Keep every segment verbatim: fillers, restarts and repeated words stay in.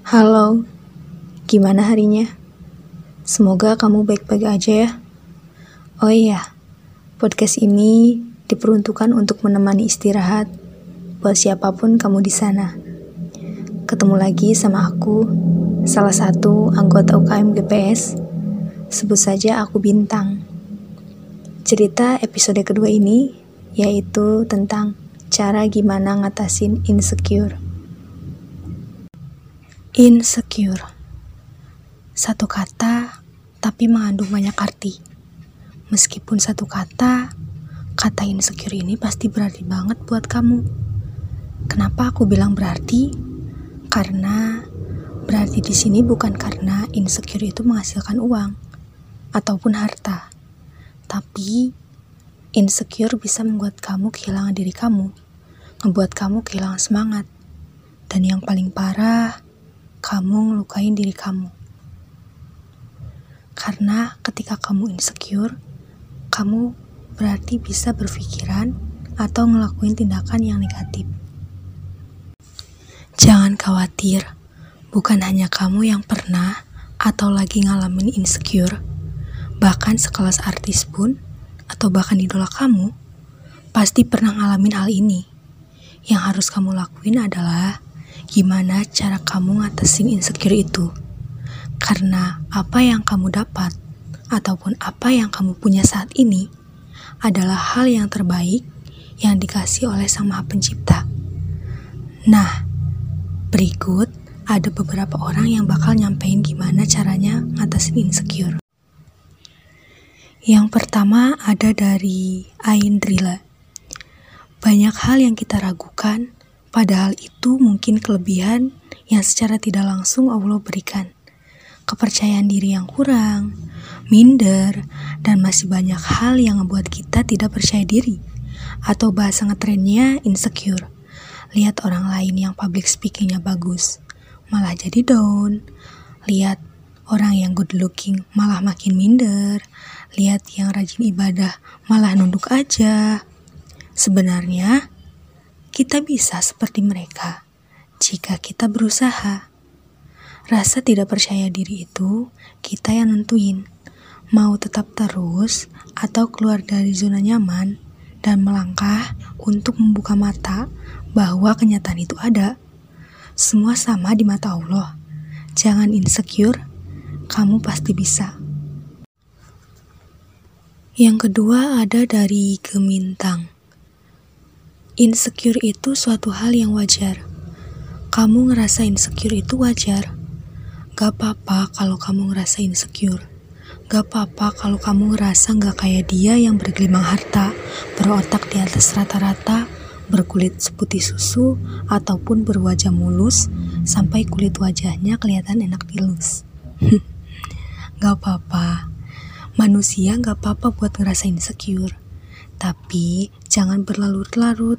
Halo, gimana harinya? Semoga kamu baik-baik aja ya. Oh iya, podcast ini diperuntukkan untuk menemani istirahat buat siapapun kamu di sana. Ketemu lagi sama aku, salah satu anggota U K M G P S. Sebut saja aku Bintang. Cerita episode kedua ini yaitu tentang cara gimana ngatasin insecure. Insecure. Satu kata, tapi mengandung banyak arti. Meskipun satu kata, kata insecure ini pasti berarti banget buat kamu. Kenapa aku bilang berarti? Karena berarti di sini bukan karena insecure itu menghasilkan uang ataupun harta. Tapi insecure bisa membuat kamu kehilangan diri kamu, membuat kamu kehilangan semangat. Dan yang paling parah, kamu ngelukain diri kamu. Karena ketika kamu insecure, kamu berarti bisa berpikiran atau ngelakuin tindakan yang negatif. Jangan khawatir, bukan hanya kamu yang pernah atau lagi ngalamin insecure. Bahkan sekelas artis pun, atau bahkan idola kamu, pasti pernah ngalamin hal ini. Yang harus kamu lakuin adalah gimana cara kamu ngatasin insecure itu. Karena apa yang kamu dapat ataupun apa yang kamu punya saat ini adalah hal yang terbaik yang dikasih oleh Sang Maha Pencipta. Nah, berikut ada beberapa orang yang bakal nyampein gimana caranya ngatasin insecure. Yang pertama ada dari Aindrila. Banyak hal yang kita ragukan, padahal itu mungkin kelebihan yang secara tidak langsung Allah berikan. Kepercayaan diri yang kurang, minder, dan masih banyak hal yang membuat kita tidak percaya diri. Atau bahasa ngetrennya insecure. Lihat orang lain yang public speakingnya bagus, malah jadi down. Lihat orang yang good looking malah makin minder. Lihat yang rajin ibadah malah nunduk aja. Sebenarnya, kita bisa seperti mereka jika kita berusaha. Rasa tidak percaya diri itu kita yang nentuin. Mau tetap terus atau keluar dari zona nyaman dan melangkah untuk membuka mata bahwa kenyataan itu ada. Semua sama di mata Allah. Jangan insecure, kamu pasti bisa. Yang kedua ada dari Gemintang. Insecure itu suatu hal yang wajar. Kamu ngerasa insecure itu wajar. Gak apa-apa kalau kamu ngerasa insecure. Gak apa-apa kalau kamu ngerasa gak kayak dia yang bergelimang harta, berotak di atas rata-rata, berkulit seputih susu, ataupun berwajah mulus, sampai kulit wajahnya kelihatan enak dilus. Gak apa-apa. Manusia gak apa-apa buat ngerasa insecure. Tapi jangan berlarut-larut.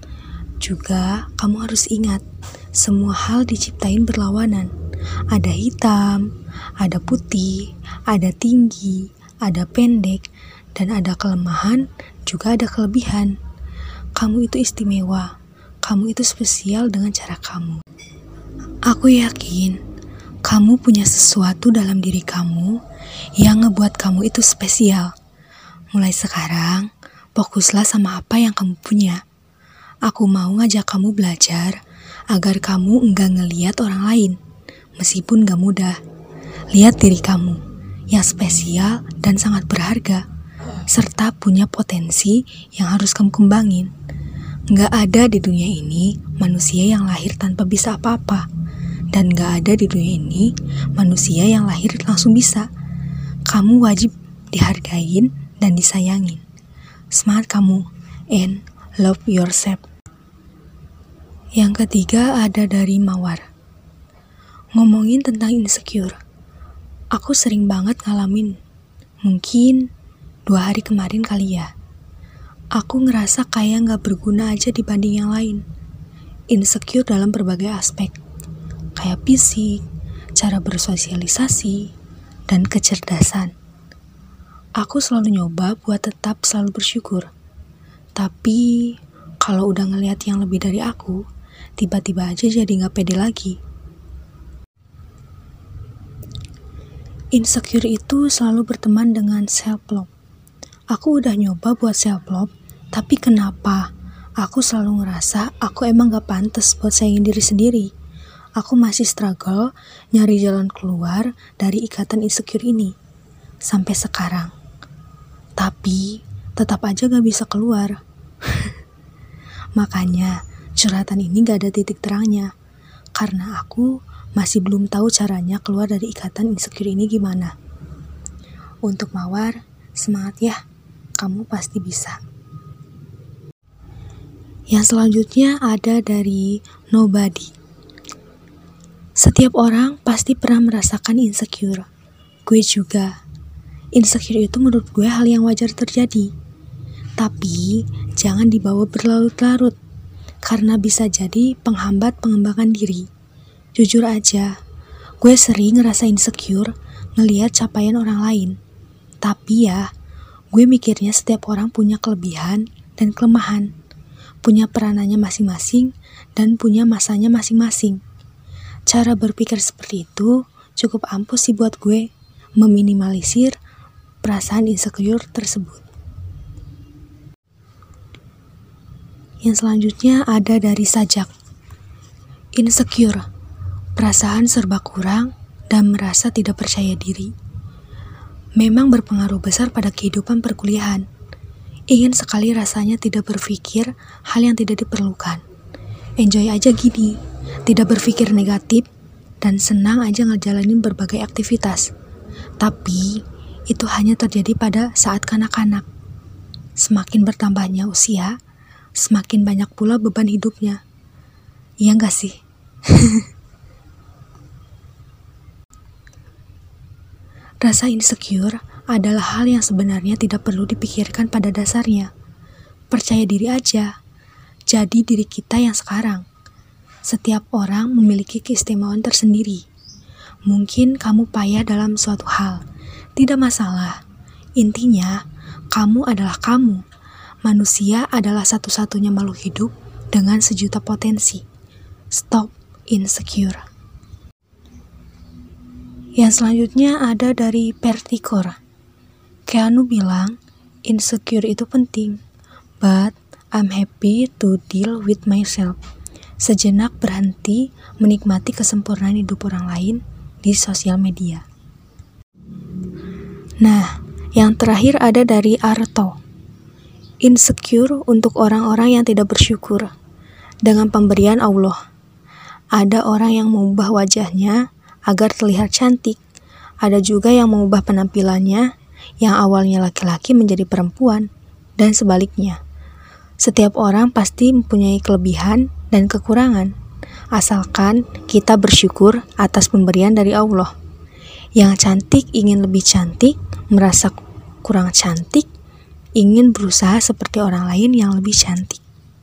Juga kamu harus ingat, semua hal diciptain berlawanan. Ada hitam, ada putih, ada tinggi, ada pendek, dan ada kelemahan, juga ada kelebihan. Kamu itu istimewa, kamu itu spesial dengan cara kamu. Aku yakin, kamu punya sesuatu dalam diri kamu yang ngebuat kamu itu spesial. Mulai sekarang, fokuslah sama apa yang kamu punya. Aku mau ngajak kamu belajar agar kamu enggak ngelihat orang lain. Meskipun gak mudah, lihat diri kamu yang spesial dan sangat berharga, serta punya potensi yang harus kamu kembangin. Gak ada di dunia ini manusia yang lahir tanpa bisa apa-apa, dan gak ada di dunia ini manusia yang lahir langsung bisa. Kamu wajib dihargain dan disayangin. Semangat kamu, and love yourself. Yang ketiga ada dari Mawar. Ngomongin tentang insecure, aku sering banget ngalamin. Mungkin dua hari kemarin kali ya. Aku ngerasa kayak gak berguna aja dibanding yang lain. Insecure dalam berbagai aspek, kayak fisik, cara bersosialisasi, dan kecerdasan. Aku selalu nyoba buat tetap selalu bersyukur. Tapi kalau udah ngelihat yang lebih dari aku, tiba-tiba aja jadi gak pede lagi. Insecure itu selalu berteman dengan self-love. Aku udah nyoba buat self-love, tapi kenapa aku selalu ngerasa aku emang gak pantas buat sayangin diri sendiri. Aku masih struggle nyari jalan keluar dari ikatan insecure ini sampai sekarang. Tapi tetap aja gak bisa keluar. Makanya curhatan ini gak ada titik terangnya, karena aku masih belum tahu caranya keluar dari ikatan insecure ini gimana. Untuk Mawar, semangat ya, kamu pasti bisa. Yang selanjutnya ada dari Nobody. Setiap orang pasti pernah merasakan insecure. Gue juga. Insecure itu menurut gue hal yang wajar terjadi. Tapi jangan dibawa berlarut-larut, karena bisa jadi penghambat pengembangan diri. Jujur aja, gue sering ngerasa insecure ngelihat capaian orang lain. Tapi ya, gue mikirnya setiap orang punya kelebihan dan kelemahan, punya peranannya masing-masing dan punya masanya masing-masing. Cara berpikir seperti itu cukup ampuh sih buat gue meminimalisir perasaan insecure tersebut. Yang selanjutnya ada dari Sajak. Insecure, perasaan serba kurang dan merasa tidak percaya diri. Memang berpengaruh besar pada kehidupan perkuliahan. Ingin sekali rasanya tidak berpikir hal yang tidak diperlukan. Enjoy aja gini, tidak berpikir negatif, dan senang aja ngejalanin berbagai aktivitas. Tapi, itu hanya terjadi pada saat kanak-kanak. Semakin bertambahnya usia, semakin banyak pula beban hidupnya. Iya gak sih? Rasa insecure adalah hal yang sebenarnya tidak perlu dipikirkan pada dasarnya. Percaya diri aja. Jadi diri kita yang sekarang. Setiap orang memiliki keistimewaan tersendiri. Mungkin kamu payah dalam suatu hal. Tidak masalah. Intinya, kamu adalah kamu. Manusia adalah satu-satunya makhluk hidup dengan sejuta potensi. Stop insecure. Yang selanjutnya ada dari Pertikor. Keanu bilang, insecure itu penting, but I'm happy to deal with myself. Sejenak berhenti menikmati kesempurnaan hidup orang lain di sosial media. Nah, yang terakhir ada dari Arto. Insecure untuk orang-orang yang tidak bersyukur dengan pemberian Allah. Ada orang yang mengubah wajahnya agar terlihat cantik. Ada juga yang mengubah penampilannya yang awalnya laki-laki menjadi perempuan, dan sebaliknya. Setiap orang pasti mempunyai kelebihan dan kekurangan, asalkan kita bersyukur atas pemberian dari Allah. Yang cantik ingin lebih cantik, merasa kurang cantik, ingin berusaha seperti orang lain yang lebih cantik.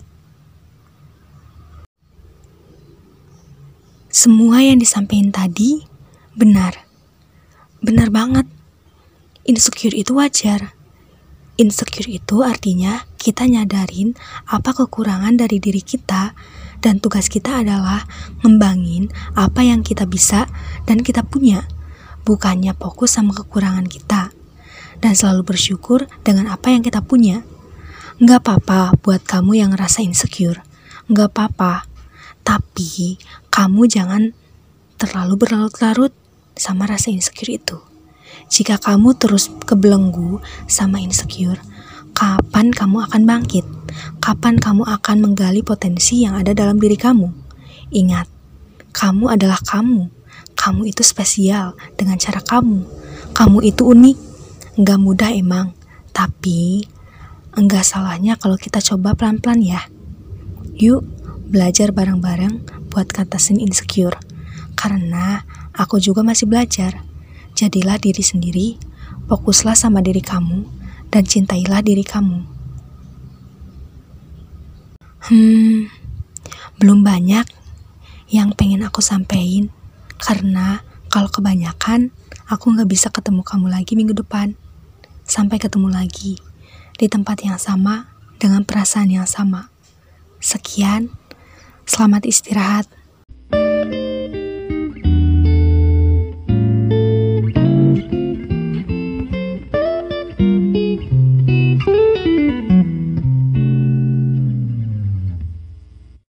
Semua yang disampaikan tadi benar. Benar banget. Insecure itu wajar. Insecure itu artinya kita nyadarin apa kekurangan dari diri kita, dan tugas kita adalah ngembangin apa yang kita bisa dan kita punya, bukannya fokus sama kekurangan kita, dan selalu bersyukur dengan apa yang kita punya. Nggak apa-apa buat kamu yang ngerasa insecure, nggak apa-apa, tapi kamu jangan terlalu berlarut-larut sama rasa insecure itu. Jika kamu terus kebelenggu sama insecure, kapan kamu akan bangkit? Kapan kamu akan menggali potensi yang ada dalam diri kamu? Ingat, kamu adalah kamu. Kamu itu spesial dengan cara kamu. Kamu itu unik. Nggak mudah emang, tapi enggak salahnya kalau kita coba pelan-pelan ya. Yuk, belajar bareng-bareng buat ngatasin insecure. Karena aku juga masih belajar. Jadilah diri sendiri, fokuslah sama diri kamu, dan cintailah diri kamu. Hmm, belum banyak yang pengen aku sampein, karena kalau kebanyakan, aku gak bisa ketemu kamu lagi minggu depan. Sampai ketemu lagi, di tempat yang sama, dengan perasaan yang sama. Sekian, selamat istirahat.